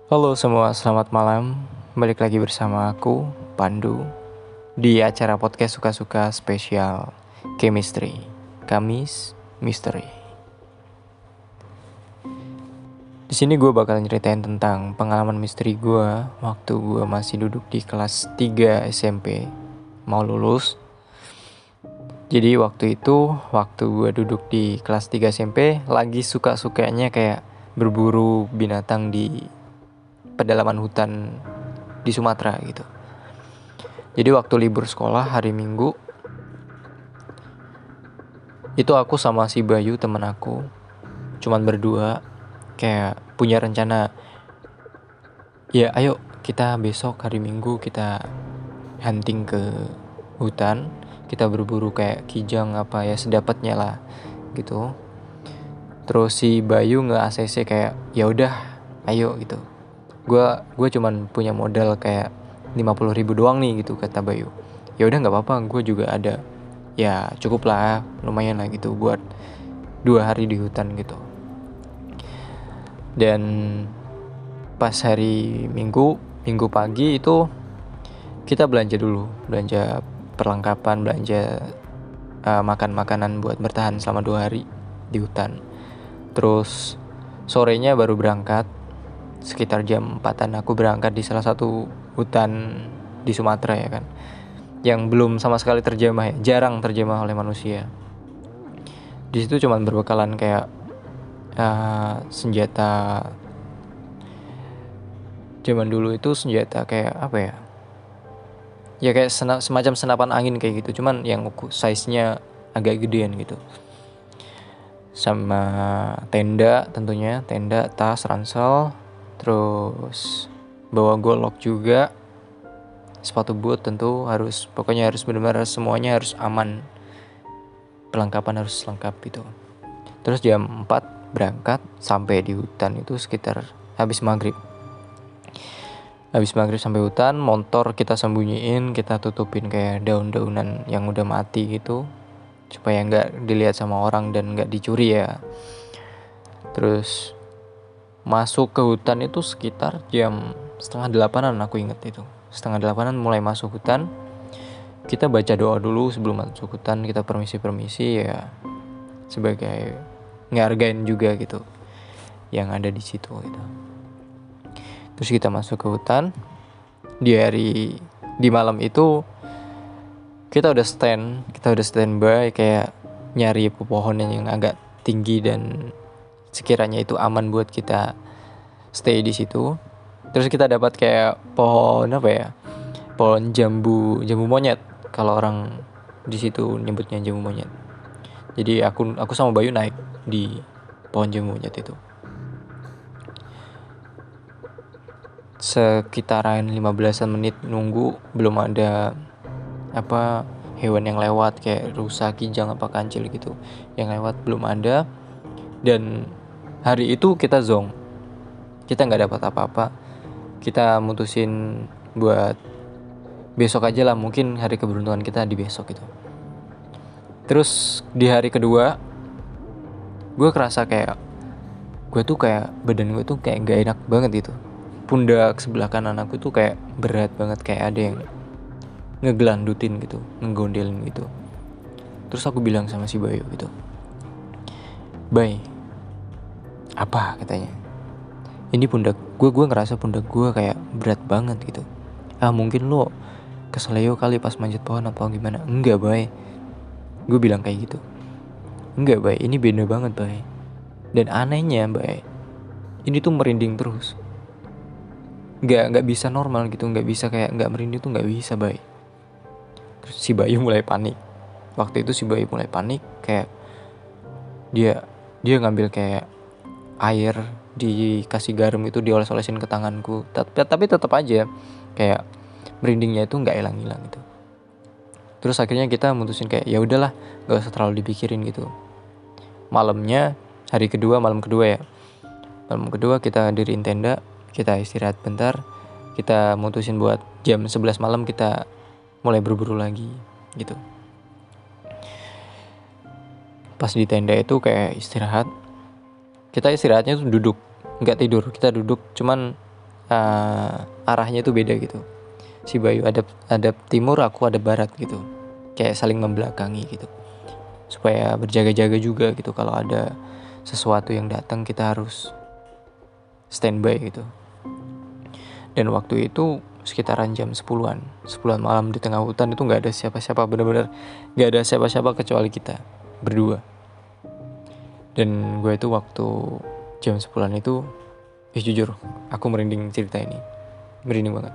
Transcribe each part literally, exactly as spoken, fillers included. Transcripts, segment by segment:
Halo semua, selamat malam. Balik lagi bersama aku, Pandu, di acara podcast suka-suka spesial Chemistry, Kamis Misteri. Di sini gue bakal nyeritain tentang pengalaman misteri gue waktu gue masih duduk di kelas tiga S M P, mau lulus. Jadi waktu itu, waktu gue duduk di kelas tiga S M P, lagi suka-sukanya kayak berburu binatang di pedalaman hutan di Sumatera gitu. Jadi waktu libur sekolah hari Minggu, itu aku sama si Bayu temen aku, cuman berdua, kayak punya rencana, ya ayo kita besok hari Minggu kita hunting ke hutan, kita berburu kayak kijang apa ya sedapatnya lah gitu. Terus si Bayu nge-A C C kayak ya udah ayo gitu. Gue gue cuman punya modal kayak lima puluh ribu doang nih gitu kata Bayu. Ya udah nggak apa-apa, gue juga ada, ya cukup lah, lumayan lah gitu buat dua hari di hutan gitu. Dan pas hari Minggu Minggu pagi itu kita belanja dulu, belanja perlengkapan, belanja uh, makan makanan buat bertahan selama dua hari di hutan. Terus sorenya baru berangkat, sekitar jam empatan aku berangkat di salah satu hutan di Sumatera ya kan, yang belum sama sekali terjamah ya, jarang terjamah oleh manusia. Di situ cuman berbekalan kayak uh, senjata zaman dulu itu, senjata kayak apa ya? Ya kayak sena, semacam senapan angin kayak gitu, cuman yang size-nya agak gedean gitu. Sama tenda tentunya, tenda, tas, ransel, terus bawa golok juga, sepatu boot tentu harus, pokoknya harus benar-benar semuanya harus aman, perlengkapan harus lengkap gitu. Terus jam empat berangkat, sampai di hutan itu sekitar habis maghrib. Habis maghrib sampai hutan, motor kita sembunyiin, kita tutupin kayak daun-daunan yang udah mati gitu, supaya nggak dilihat sama orang dan nggak dicuri ya. Terus masuk ke hutan itu sekitar jam setengah delapanan, aku inget itu setengah delapanan mulai masuk hutan. Kita baca doa dulu sebelum masuk hutan, kita permisi-permisi ya, sebagai ngehargain juga gitu yang ada di situ gitu. Terus kita masuk ke hutan. Di hari di malam itu kita udah stand, kita udah standby kayak nyari pepohonan yang agak tinggi dan sekiranya itu aman buat kita stay di situ. Terus kita dapat kayak pohon apa ya? Pohon jambu, jambu monyet. Kalau orang di situ nyebutnya jambu monyet. Jadi aku aku sama Bayu naik di pohon jambu monyet itu. Sekitaran lima belasan menit nunggu, belum ada apa hewan yang lewat kayak rusa, kijang apa kancil gitu. Yang lewat belum ada. Dan hari itu kita zong. Kita nggak dapat apa-apa. Kita mutusin buat besok aja lah, mungkin hari keberuntungan kita di besok gitu. Terus di hari kedua gue kerasa kayak gue tuh kayak badan gue tuh kayak gak enak banget gitu. Pundak sebelah kanan aku tuh kayak berat banget, kayak ada yang ngegelandutin gitu, ngegondelin gitu. Terus aku bilang sama si Bayu gitu, "Bay, apa?" katanya. "Ini pundak gue, gue ngerasa pundak gue kayak berat banget gitu." "Ah mungkin lo keseleo kali pas manjat pohon atau gimana." "Enggak Bay," gue bilang kayak gitu. "Enggak Bay, ini beda banget Bay. Dan anehnya Bay, ini tuh merinding terus. Gak, gak bisa normal gitu, gak bisa kayak gak merinding tuh gak bisa Bay." Terus si Bayu mulai panik. Waktu itu si Bayu mulai panik, kayak dia dia ngambil kayak air, dikasih garam itu dioles-olesin ke tanganku. Tapi, tapi tetap aja kayak merindingnya itu nggak hilang-hilang gitu. Terus akhirnya kita mutusin kayak ya udahlah, nggak usah terlalu dipikirin gitu. Malamnya, hari kedua, malam kedua ya. Malam kedua kita diriin tenda, kita istirahat bentar. Kita mutusin buat jam sebelas malam kita mulai berburu lagi gitu. Pas di tenda itu kayak istirahat. Kita istirahatnya tuh duduk, nggak tidur. Kita duduk, cuman uh, arahnya tuh beda gitu. Si Bayu ada ada timur, aku ada barat gitu, kayak saling membelakangi gitu, supaya berjaga-jaga juga gitu. Kalau ada sesuatu yang datang kita harus standby gitu. Dan waktu itu sekitaran jam sepuluhan sepuluhan malam di tengah hutan itu nggak ada siapa-siapa, benar-benar nggak ada siapa-siapa kecuali kita berdua. Dan gue itu waktu jam sepuluhan itu, eh jujur aku merinding cerita ini, merinding banget.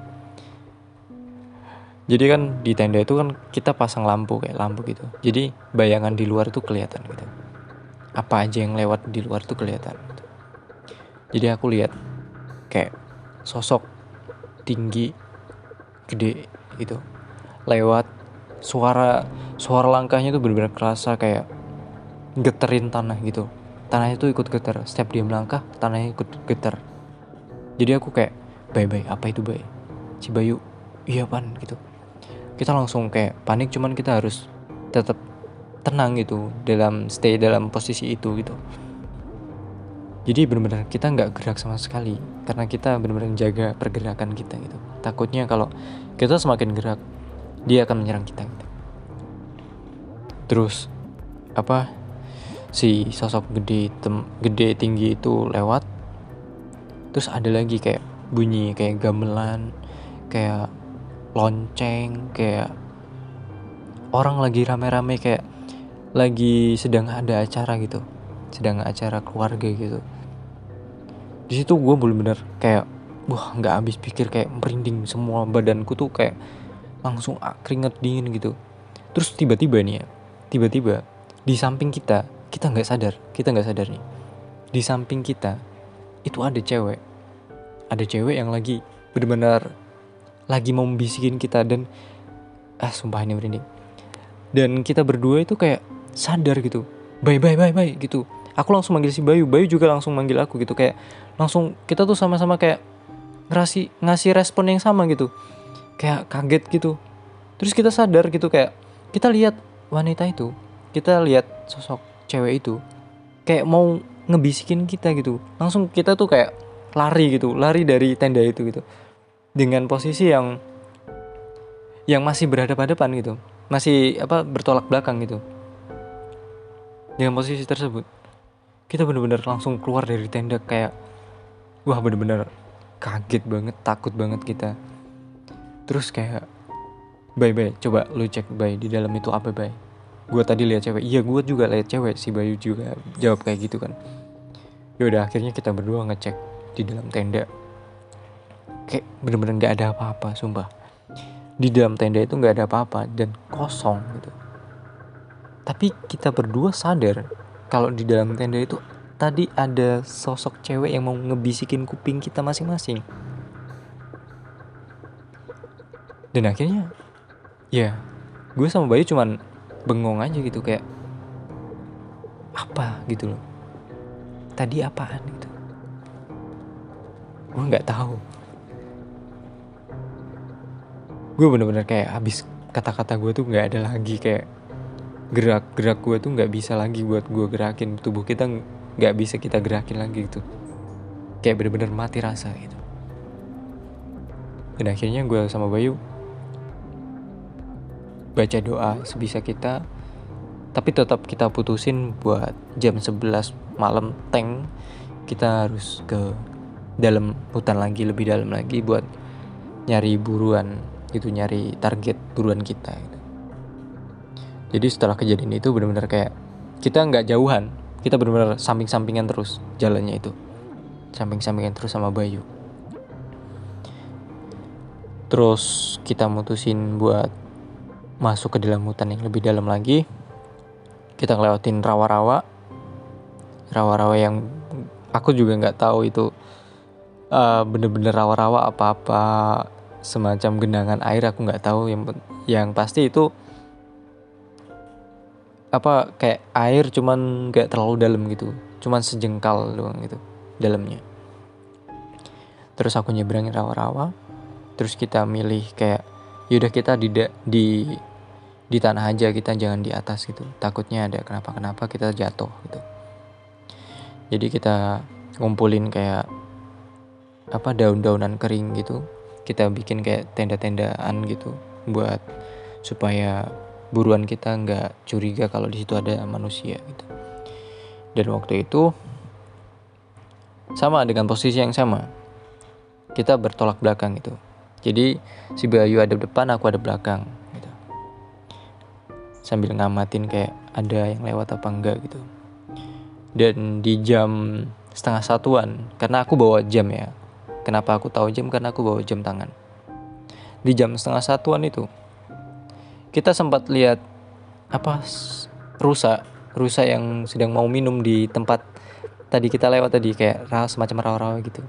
Jadi kan di tenda itu kan kita pasang lampu, kayak lampu gitu. Jadi bayangan di luar tuh kelihatan gitu. Apa aja yang lewat di luar tuh kelihatan gitu. Jadi aku lihat kayak sosok tinggi, gede gitu, lewat. Suara suara langkahnya tuh benar-benar kerasa kayak geterin tanah gitu. Tanahnya tuh ikut getar. Setiap dia melangkah, tanahnya ikut getar. Jadi aku kayak, "Bay-bay, apa itu, Bay?" Si Bayu, "Iya, Pan," gitu. Kita langsung kayak panik, cuman kita harus tetap tenang gitu, dalam stay dalam posisi itu gitu. Jadi benar-benar kita nggak gerak sama sekali, karena kita benar-benar jaga pergerakan kita gitu. Takutnya kalau kita semakin gerak, dia akan menyerang kita gitu. Terus apa, si sosok gede tem, gede tinggi itu lewat. Terus ada lagi kayak bunyi kayak gamelan, kayak lonceng, kayak orang lagi rame-rame, kayak lagi sedang ada acara gitu, sedang acara keluarga gitu. Di situ gue bener-bener kayak, wah nggak habis pikir, kayak merinding semua badanku tuh, kayak langsung keringet dingin gitu. Terus tiba-tiba nih ya, tiba-tiba di samping kita, kita nggak sadar, kita nggak sadar nih, di samping kita itu ada cewek, ada cewek yang lagi bener-bener lagi mau membisikin kita. Dan ah sumpah ini merinding. Dan kita berdua itu kayak sadar gitu, "Bay, bay, bay, bay," gitu. Aku langsung manggil si Bayu, Bayu juga langsung manggil aku gitu. Kayak langsung kita tuh sama-sama kayak ngerasi, ngasih respon yang sama gitu, kayak kaget gitu. Terus kita sadar gitu, kayak kita lihat wanita itu, kita lihat sosok cewek itu kayak mau ngebisikin kita gitu. Langsung kita tuh kayak lari gitu, lari dari tenda itu gitu, dengan posisi yang yang masih berhadapan-hadapan gitu, masih apa bertolak belakang gitu. Dengan posisi tersebut kita benar-benar langsung keluar dari tenda, kayak wah benar-benar kaget banget, takut banget kita. Terus kayak, "Bay, bay, coba lu cek, Bay, di dalam itu apa, Bay? Gue tadi lihat cewek." "Iya, gue juga lihat cewek." Si Bayu juga jawab kayak gitu kan. Yaudah akhirnya kita berdua ngecek di dalam tenda, kayak bener-bener nggak ada apa-apa, sumpah. Di dalam tenda itu nggak ada apa-apa dan kosong gitu. Tapi kita berdua sadar kalau di dalam tenda itu tadi ada sosok cewek yang mau ngebisikin kuping kita masing-masing. Dan akhirnya ya gue sama Bayu cuman bengong aja gitu, kayak apa gitu loh, tadi apaan gitu. Gue nggak tahu. Gue bener-bener kayak habis, kata-kata gue tuh nggak ada lagi, kayak gerak-gerak gue tuh nggak bisa lagi buat gue gerakin, tubuh kita nggak bisa kita gerakin lagi gitu, kayak bener-bener mati rasa gitu. Dan akhirnya gue sama Bayu baca doa sebisa kita, tapi tetap kita putusin buat jam sebelas malam tank kita harus ke dalam hutan lagi, lebih dalam lagi, buat nyari buruan itu, nyari target buruan kita gitu. Jadi setelah kejadian itu benar-benar kayak kita nggak jauhan, kita benar-benar samping-sampingan terus jalannya itu, samping-sampingan terus sama Bayu. Terus kita mutusin buat masuk ke dalam hutan yang lebih dalam lagi. Kita ngelewatin rawa-rawa, rawa-rawa yang aku juga nggak tahu itu uh, bener-bener rawa-rawa apa-apa, semacam genangan air, aku nggak tahu. Yang yang pasti itu apa, kayak air cuman nggak terlalu dalam gitu, cuman sejengkal doang gitu dalamnya. Terus aku nyebrangin rawa-rawa, terus kita milih kayak yaudah kita di di di tanah aja, kita jangan di atas gitu, takutnya ada kenapa-kenapa kita jatuh gitu. Jadi kita ngumpulin kayak apa daun-daunan kering gitu. Kita bikin kayak tenda-tendaan gitu buat supaya buruan kita nggak curiga kalau di situ ada manusia gitu. Dan waktu itu sama dengan posisi yang sama, kita bertolak belakang gitu. Jadi si Bayu ada depan, aku ada belakang gitu. Sambil ngamatin kayak ada yang lewat apa enggak gitu. Dan di jam setengah satuan, karena aku bawa jam ya. Kenapa aku tahu jam? Karena aku bawa jam tangan. Di jam setengah satuan itu kita sempat lihat apa rusa, rusa yang sedang mau minum di tempat tadi kita lewat tadi, kayak semacam rawa-rawa gitu.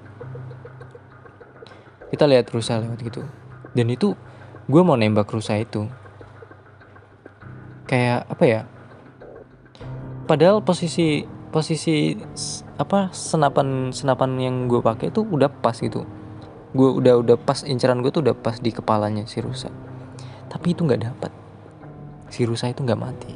Kita lihat rusa lewat gitu. Dan itu gue mau nembak rusa itu. Kayak apa ya? Padahal posisi posisi apa senapan senapan yang gue pakai tuh udah pas gitu. Gue udah udah pas, inceran gue tuh udah pas di kepalanya si rusa. Tapi itu nggak dapat. Si rusa itu nggak mati.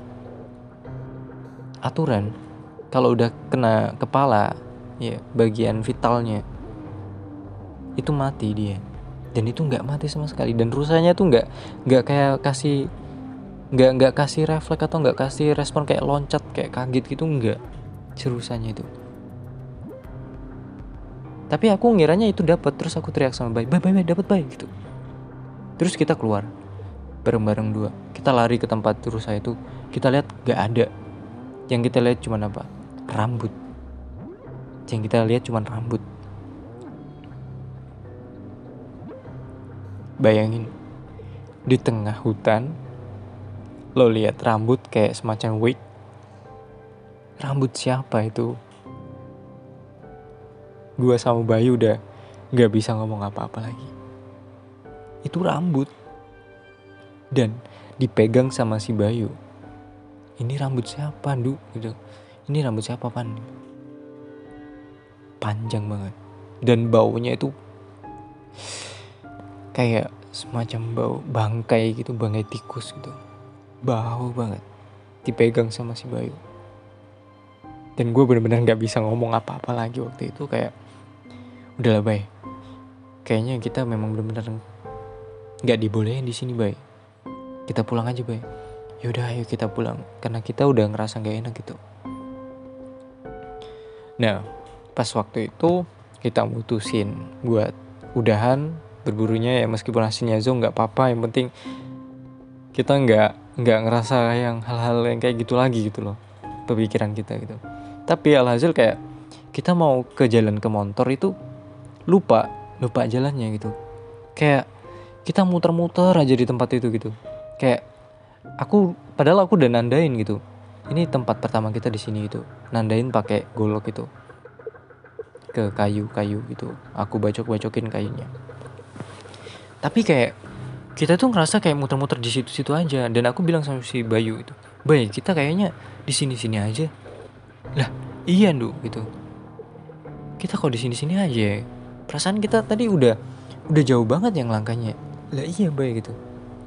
Aturan kalau udah kena kepala, ya bagian vitalnya itu mati dia. Dan itu nggak mati sama sekali. Dan rusanya tuh nggak nggak kayak kasih nggak nggak kasih refleks atau nggak kasih respon kayak loncat kayak kaget gitu, nggak. Si rusanya itu. Tapi aku ngiranya itu dapat, terus aku teriak sama Bay, Bay, Bay, Bay dapat Bay gitu. Terus kita keluar bareng-bareng dua. Kita lari ke tempat rusa itu. Kita lihat nggak ada. Yang kita lihat cuma apa? Rambut. Yang kita lihat cuma rambut. Bayangin, di tengah hutan lo lihat rambut kayak semacam wig. Rambut siapa itu? Gua sama Bayu udah gak bisa ngomong apa-apa lagi. Itu rambut. Dan dipegang sama si Bayu. Ini rambut siapa, Du? Gitu. Ini rambut siapa, Pan? Panjang banget. Dan baunya itu kayak semacam bau bangkai gitu, bangkai tikus gitu. Bau banget. Dipegang sama si Bayu. Dan gue benar-benar gak bisa ngomong apa-apa lagi waktu itu. Kayak udahlah Bay, kayaknya kita memang benar-benar nggak dibolehin di sini Bay. Kita pulang aja Bay. Yaudah ayo kita pulang, karena kita udah ngerasa nggak enak gitu. Nah pas waktu itu kita mutusin buat udahan berburunya ya, meskipun hasilnya zo nggak apa-apa, yang penting kita nggak nggak ngerasa yang hal-hal yang kayak gitu lagi gitu loh, pemikiran kita gitu. Tapi alhasil kayak kita mau ke jalan ke Montor itu lupa lupa jalannya gitu. Kayak kita muter-muter aja di tempat itu gitu. Kayak aku padahal aku udah nandain gitu. Ini tempat pertama kita di sini gitu. Nandain pakai golok gitu. Ke kayu-kayu gitu. Aku bacok-bacokin kayunya. Tapi kayak kita tuh ngerasa kayak muter-muter di situ-situ aja. Dan aku bilang sama si Bayu itu, "Bay, kita kayaknya di sini-sini aja." Lah, iya, Ndu gitu. Kita kok di sini-sini aja. Perasaan kita tadi udah udah jauh banget yang langkahnya. Lah iya Bay gitu.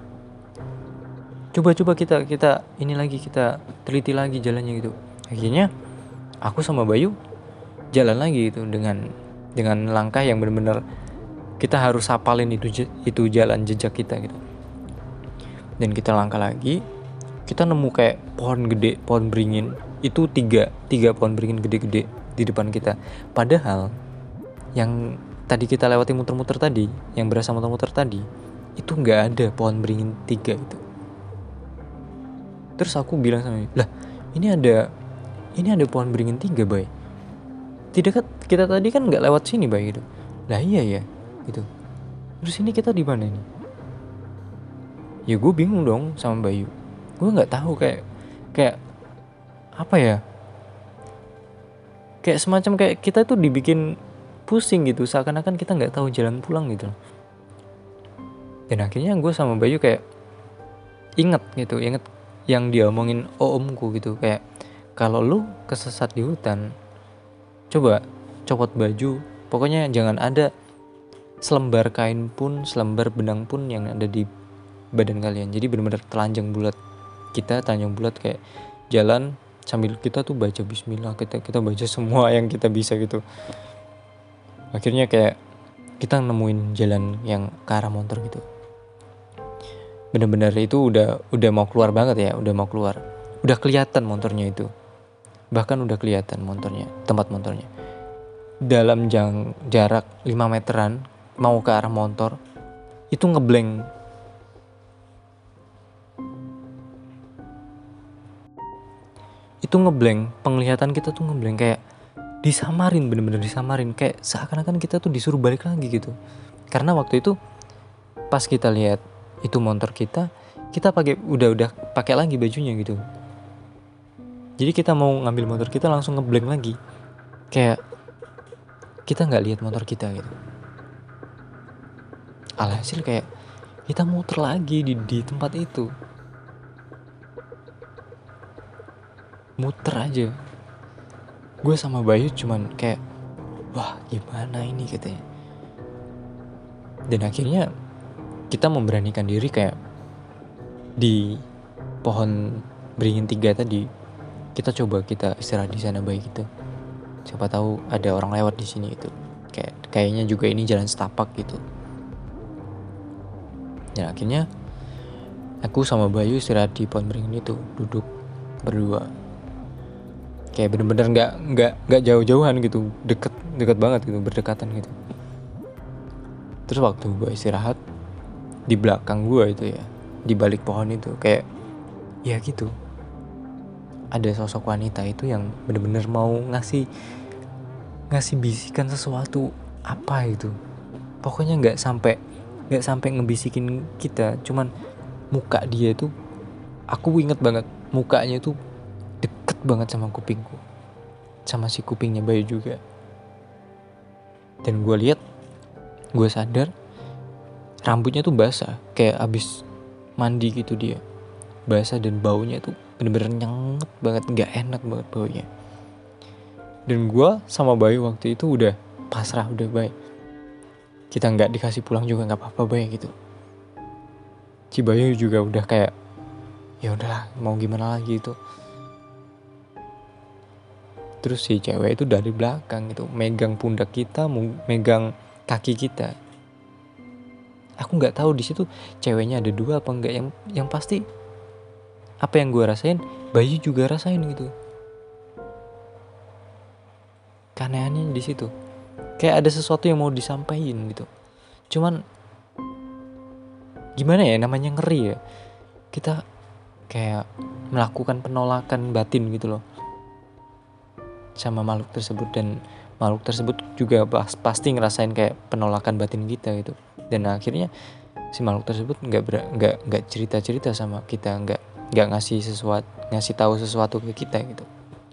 Coba-coba kita kita ini lagi, kita teliti lagi jalannya gitu. Akhirnya aku sama Bayu jalan lagi gitu dengan dengan langkah yang benar-benar kita harus hafalin itu itu jalan jejak kita gitu. Dan kita langkah lagi, kita nemu kayak pohon gede, pohon beringin. Itu tiga tiga pohon beringin gede-gede di depan kita. Padahal yang tadi kita lewati muter-muter tadi, yang berasa muter-muter tadi, itu nggak ada pohon beringin tiga itu. Terus aku bilang sama dia, lah ini ada ini ada pohon beringin tiga Bay. Tidak kan kita tadi kan nggak lewat sini Bay gitu. Lah iya ya gitu. Terus ini kita di mana nih? Ya gue bingung dong sama Bayu. Gue nggak tahu kayak kayak apa ya? Kayak semacam kayak kita tuh dibikin pusing gitu, seakan-akan kita nggak tahu jalan pulang gitu. Dan akhirnya gue sama Bayu kayak inget gitu, inget yang dia omongin omku gitu, kayak kalau lu kesesat di hutan, coba copot baju, pokoknya jangan ada selembar kain pun, selembar benang pun yang ada di badan kalian. Jadi benar-benar telanjang bulat. Kita telanjang bulat kayak jalan sambil kita tuh baca bismillah, kita kita baca semua yang kita bisa gitu. Akhirnya kayak kita nemuin jalan yang ke arah motor gitu. Bener-bener itu udah udah mau keluar banget ya, udah mau keluar. Udah kelihatan motornya itu. Bahkan udah kelihatan motornya, tempat motornya. Dalam jang, jarak lima meteran mau ke arah motor, itu ngeblank. Itu ngeblank, penglihatan kita tuh ngeblank, kayak disamarin, bener-bener disamarin, kayak seakan-akan kita tuh disuruh balik lagi gitu. Karena waktu itu pas kita lihat itu motor kita, kita pakai udah udah pakai lagi bajunya gitu. Jadi kita mau ngambil motor kita langsung ngeblank lagi, kayak kita nggak lihat motor kita gitu. Alhasil kayak kita muter lagi di di tempat itu, muter aja. Gue sama Bayu cuman kayak, wah gimana ini katanya. Dan akhirnya kita memberanikan diri kayak di pohon beringin tiga tadi, kita coba kita istirahat di sana baik gitu. Siapa tahu ada orang lewat di sini gitu. Kayak kayaknya juga ini jalan setapak gitu. Dan akhirnya aku sama Bayu istirahat di pohon beringin itu, duduk berdua. Kayak bener-bener nggak nggak nggak jauh-jauhan gitu, deket deket banget gitu, berdekatan gitu. Terus waktu gue istirahat, di belakang gue itu ya, di balik pohon itu kayak ya gitu, ada sosok wanita itu yang bener-bener mau ngasih ngasih bisikan sesuatu apa itu. Pokoknya nggak sampai nggak sampai ngebisikin kita, cuman muka dia itu, aku inget banget mukanya itu deket banget sama kupingku, sama si kupingnya Bayu juga. Dan gue lihat, gue sadar rambutnya tuh basah, kayak abis mandi gitu dia, basah dan baunya tuh bener-bener nyenget banget, nggak enak banget baunya. Dan gue sama Bayu waktu itu udah pasrah, udah baik, kita nggak dikasih pulang juga nggak apa-apa Bay gitu. Si Bayu juga udah kayak ya udahlah mau gimana lagi itu. Terus si cewek itu dari belakang gitu, megang pundak kita, megang kaki kita. Aku nggak tahu di situ ceweknya ada dua apa enggak. Yang yang pasti apa yang gue rasain, Bayu juga rasain gitu. Keanehannya di situ, kayak ada sesuatu yang mau disampaikan gitu. Cuman gimana ya, namanya ngeri ya. Kita kayak melakukan penolakan batin gitu loh sama makhluk tersebut, dan makhluk tersebut juga pasti ngerasain kayak penolakan batin kita gitu. Dan akhirnya si makhluk tersebut nggak nggak nggak cerita cerita sama kita, nggak nggak ngasih sesuatu ngasih tahu sesuatu ke kita gitu.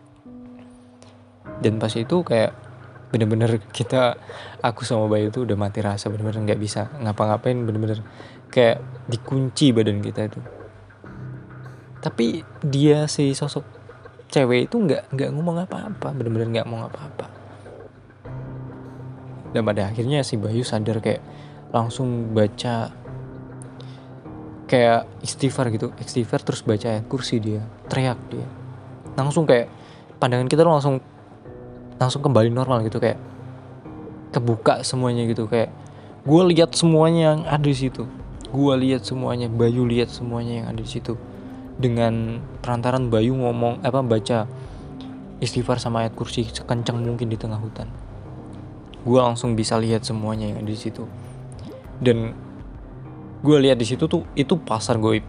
Dan pas itu kayak bener-bener kita, aku sama Bayu tuh udah mati rasa, bener-bener nggak bisa ngapa-ngapain, bener-bener kayak dikunci badan kita itu. Tapi dia, si sosok cewek itu nggak nggak ngomong apa-apa, bener-bener nggak ngomong apa-apa. Dan pada akhirnya si Bayu sadar, kayak langsung baca kayak istighfar gitu, istighfar terus baca ayat kursi, dia teriak, dia langsung kayak pandangan kita tuh langsung langsung kembali normal gitu, kayak kebuka semuanya gitu. Kayak gue lihat semuanya yang ada di situ, gue lihat semuanya, Bayu lihat semuanya yang ada di situ. Dengan perantaran Bayu ngomong apa baca istighfar sama ayat kursi sekencang mungkin di tengah hutan, gue langsung bisa lihat semuanya yang ada di situ. Dan gue lihat di situ tuh itu pasar goib.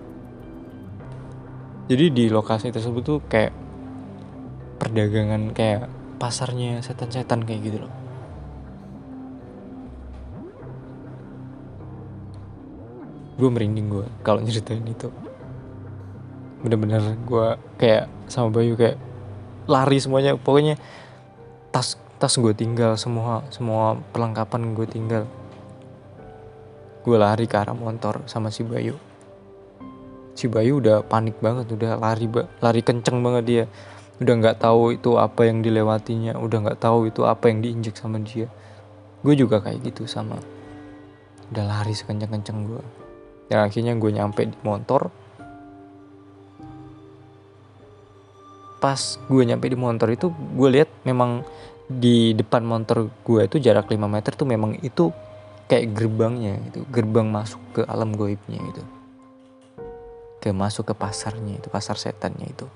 Jadi di lokasi tersebut tuh kayak perdagangan, kayak pasarnya setan-setan kayak gitu loh. Gue merinding gue kalau nyeritain itu. Bener-bener gue kayak sama Bayu kayak lari semuanya, pokoknya tas tas gue tinggal, semua semua perlengkapan gue tinggal. Gue lari ke arah motor sama si Bayu. Si Bayu udah panik banget, udah lari lari kenceng banget dia. Udah nggak tahu itu apa yang dilewatinya, udah nggak tahu itu apa yang diinjek sama dia. Gue juga kayak gitu sama, udah lari sekenceng-kenceng gue. Dan akhirnya gue nyampe di motor. Pas gue nyampe di motor itu, gue lihat memang di depan motor gue itu jarak lima meter tuh memang itu kayak gerbangnya itu, gerbang masuk ke alam goibnya itu, ke masuk ke pasarnya itu, pasar setannya itu.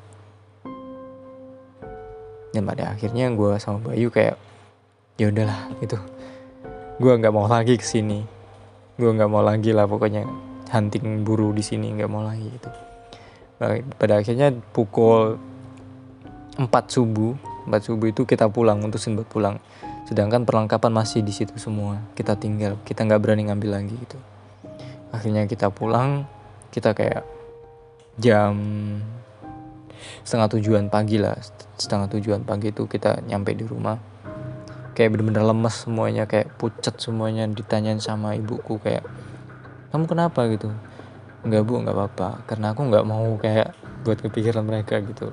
Dan pada akhirnya gue sama Bayu kayak ya udahlah gitu, gue nggak mau lagi kesini, gue nggak mau lagi lah pokoknya hunting buru di sini, nggak mau lagi gitu. Pada akhirnya pukul empat subuh empat subuh itu kita pulang, mutusin buat pulang, sedangkan perlengkapan masih di situ semua, kita tinggal, kita nggak berani ngambil lagi gitu. Akhirnya kita pulang, kita kayak jam setengah tujuan pagi lah, setengah tujuan pagi itu kita nyampe di rumah, kayak bener-bener lemes semuanya, kayak pucat semuanya, ditanyain sama ibuku kayak kamu kenapa gitu. Enggak bu, nggak apa-apa, karena aku nggak mau kayak buat kepikiran mereka gitu.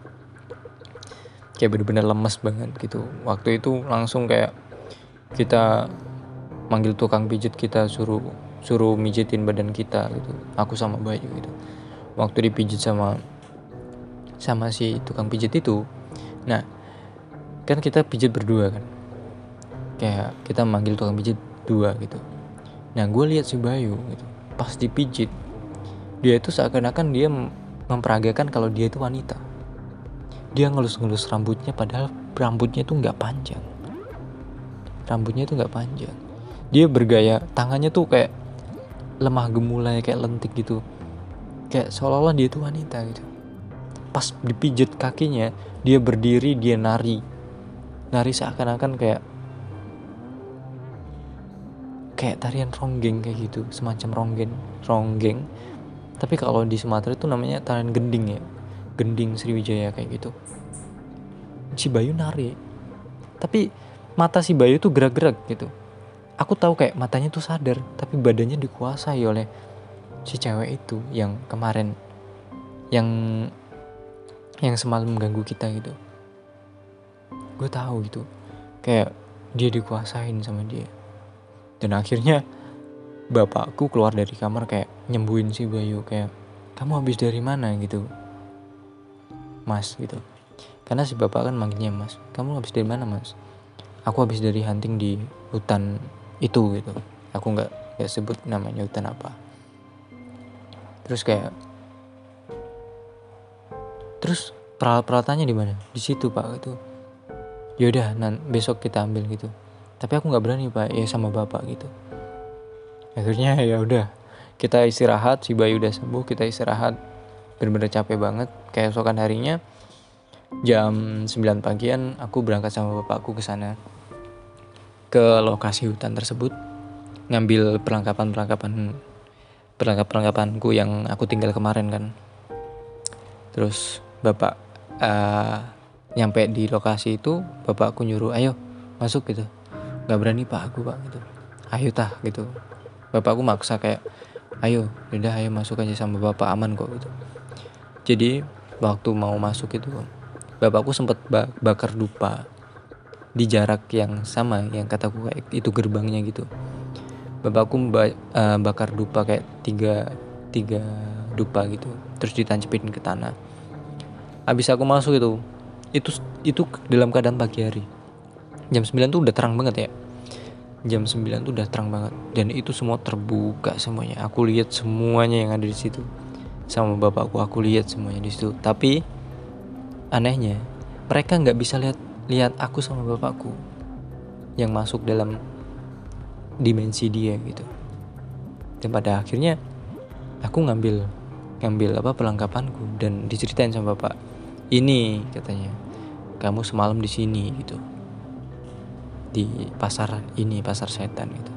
Kayak bener-bener lemes banget gitu. Waktu itu langsung kayak kita manggil tukang pijit, kita suruh suruh mijitin badan kita gitu, aku sama Bayu gitu. Waktu dipijit sama sama si tukang pijit itu, nah kan kita pijit berdua kan, kayak kita manggil tukang pijit dua gitu. Nah gue lihat si Bayu gitu, pas dipijit dia itu seakan-akan dia memperagakan kalau dia itu wanita. Dia ngelus-ngelus rambutnya, padahal rambutnya tuh nggak panjang. Rambutnya tuh nggak panjang. Dia bergaya, tangannya tuh kayak lemah gemulai, kayak lentik gitu. Kayak seolah-olah dia tuh wanita gitu. Pas dipijit kakinya, dia berdiri, dia nari. Nari seakan-akan kayak kayak tarian ronggeng kayak gitu, semacam ronggeng, ronggeng. Tapi kalau di Sumatera itu namanya tarian gending ya. Gending Sriwijaya kayak gitu. Si Bayu nari, tapi mata si Bayu tuh gerak-gerak gitu. Aku tahu kayak matanya tuh sadar, tapi badannya dikuasai oleh si cewek itu yang kemarin, yang yang semalam ganggu kita gitu. Gue tahu gitu, kayak dia dikuasain sama dia. Dan akhirnya bapakku keluar dari kamar kayak nyembuhin si Bayu, kayak kamu habis dari mana gitu mas gitu. Karena si bapak kan manggilnya mas, kamu habis dari mana mas? Aku habis dari hunting di hutan itu gitu. Aku nggak nggak sebut namanya hutan apa. Terus kayak terus peralatan-peralatannya di mana? Di situ pak gitu. Yaudah nan besok kita ambil gitu. Tapi aku nggak berani pak, ya sama bapak gitu. Akhirnya ya udah kita istirahat, si Bayu udah sembuh, kita istirahat, bener-bener capek banget. Kayak esokan harinya jam sembilan pagian aku berangkat sama bapakku ke sana, ke lokasi hutan tersebut, ngambil perlengkapan-perlengkapan perlengkapan-perlengkapanku yang aku tinggal kemarin kan. Terus bapak uh, nyampe di lokasi itu, bapakku nyuruh ayo masuk gitu. Gak berani pak aku pak gitu. Ayo tah gitu. Bapakku maksa kayak ayo udah ayo masuk aja sama bapak, aman kok gitu. Jadi waktu mau masuk itu bapakku sempat bakar dupa di jarak yang sama yang kataku kayak itu gerbangnya gitu. Bapakku ba- uh, bakar dupa kayak tiga tiga dupa gitu, terus ditancepin ke tanah. Habis aku masuk itu, itu itu dalam keadaan pagi hari. Jam sembilan tuh udah terang banget ya. Jam sembilan tuh udah terang banget, dan itu semua terbuka semuanya. Aku lihat semuanya yang ada di situ. Sama bapakku aku lihat semuanya di situ. Tapi anehnya mereka nggak bisa lihat lihat aku sama bapakku yang masuk dalam dimensi dia gitu. Dan pada akhirnya aku ngambil ngambil apa perlengkapanku dan diceritain sama bapak. Ini katanya kamu semalam di sini gitu, di pasar ini, pasar setan gitu.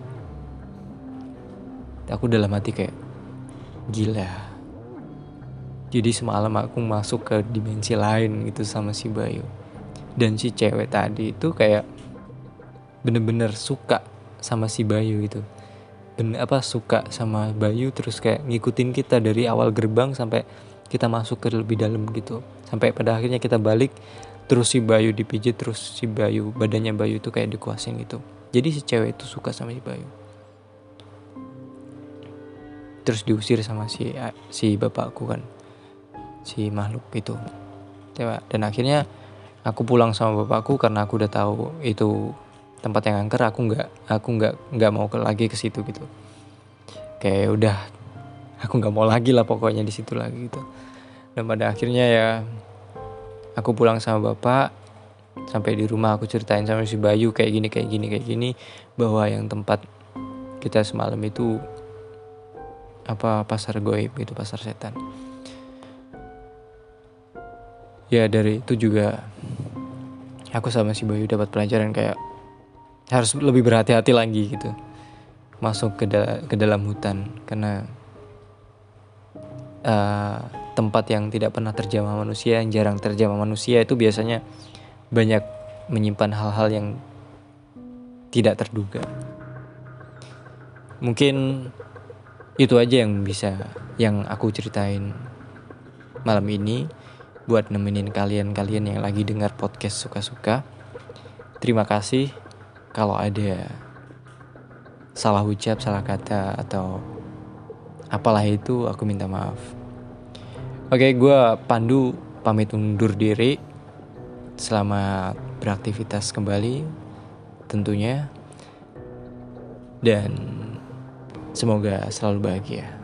Aku dalam hati kayak gila. Jadi semalam aku masuk ke dimensi lain gitu sama si Bayu. Dan si cewek tadi itu kayak bener-bener suka sama si Bayu gitu. Bener apa suka sama Bayu, terus kayak ngikutin kita dari awal gerbang sampai kita masuk ke lebih dalam gitu. Sampai pada akhirnya kita balik, terus si Bayu dipijit, terus si Bayu, badannya Bayu itu kayak dikuasain gitu. Jadi si cewek itu suka sama si Bayu. Terus diusir sama si si bapakku kan, si makhluk itu. Dan akhirnya aku pulang sama bapakku karena aku udah tahu itu tempat yang angker. Aku nggak aku nggak nggak mau ke lagi ke situ gitu. Kayak udah aku nggak mau lagi lah pokoknya di situ lagi gitu. Dan pada akhirnya ya aku pulang sama bapak. Sampai di rumah aku ceritain sama si Bayu kayak gini kayak gini kayak gini bahwa yang tempat kita semalam itu apa pasar goib gitu, pasar setan. Ya dari itu juga aku sama si Bayu dapat pelajaran kayak harus lebih berhati-hati lagi gitu masuk ke da- ke dalam hutan, karena uh, tempat yang tidak pernah terjamah manusia, yang jarang terjamah manusia itu biasanya banyak menyimpan hal-hal yang tidak terduga. Mungkin itu aja yang bisa yang aku ceritain malam ini buat nemenin kalian-kalian yang lagi dengar podcast suka-suka. Terima kasih. Kalau ada salah ucap, salah kata atau apalah itu, aku minta maaf. Oke, gue Pandu pamit undur diri. Selamat beraktivitas kembali tentunya. Dan semoga selalu bahagia.